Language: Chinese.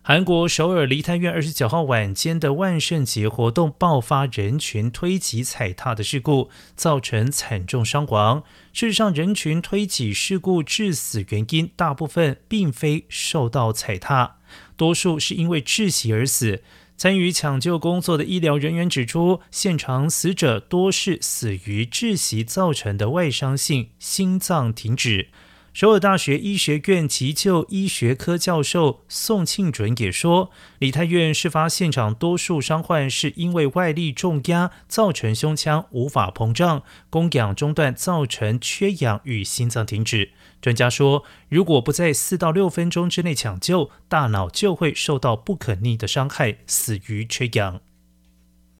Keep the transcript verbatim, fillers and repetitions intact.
韩国首尔梨泰院二十九号晚间的万圣节活动爆发人群推挤踩踏的事故，造成惨重伤亡。事实上，人群推挤事故致死原因大部分并非受到踩踏，多数是因为窒息而死。参与抢救工作的医疗人员指出，现场死者多是死于窒息造成的外伤性心脏停止。首尔大学医学院急救医学科教授宋庆准也说，梨泰院事发现场多数伤患是因为外力重压造成胸腔无法膨胀，供氧中断造成缺氧与心脏停止。专家说，如果不在四到六分钟之内抢救，大脑就会受到不可逆的伤害，死于缺氧。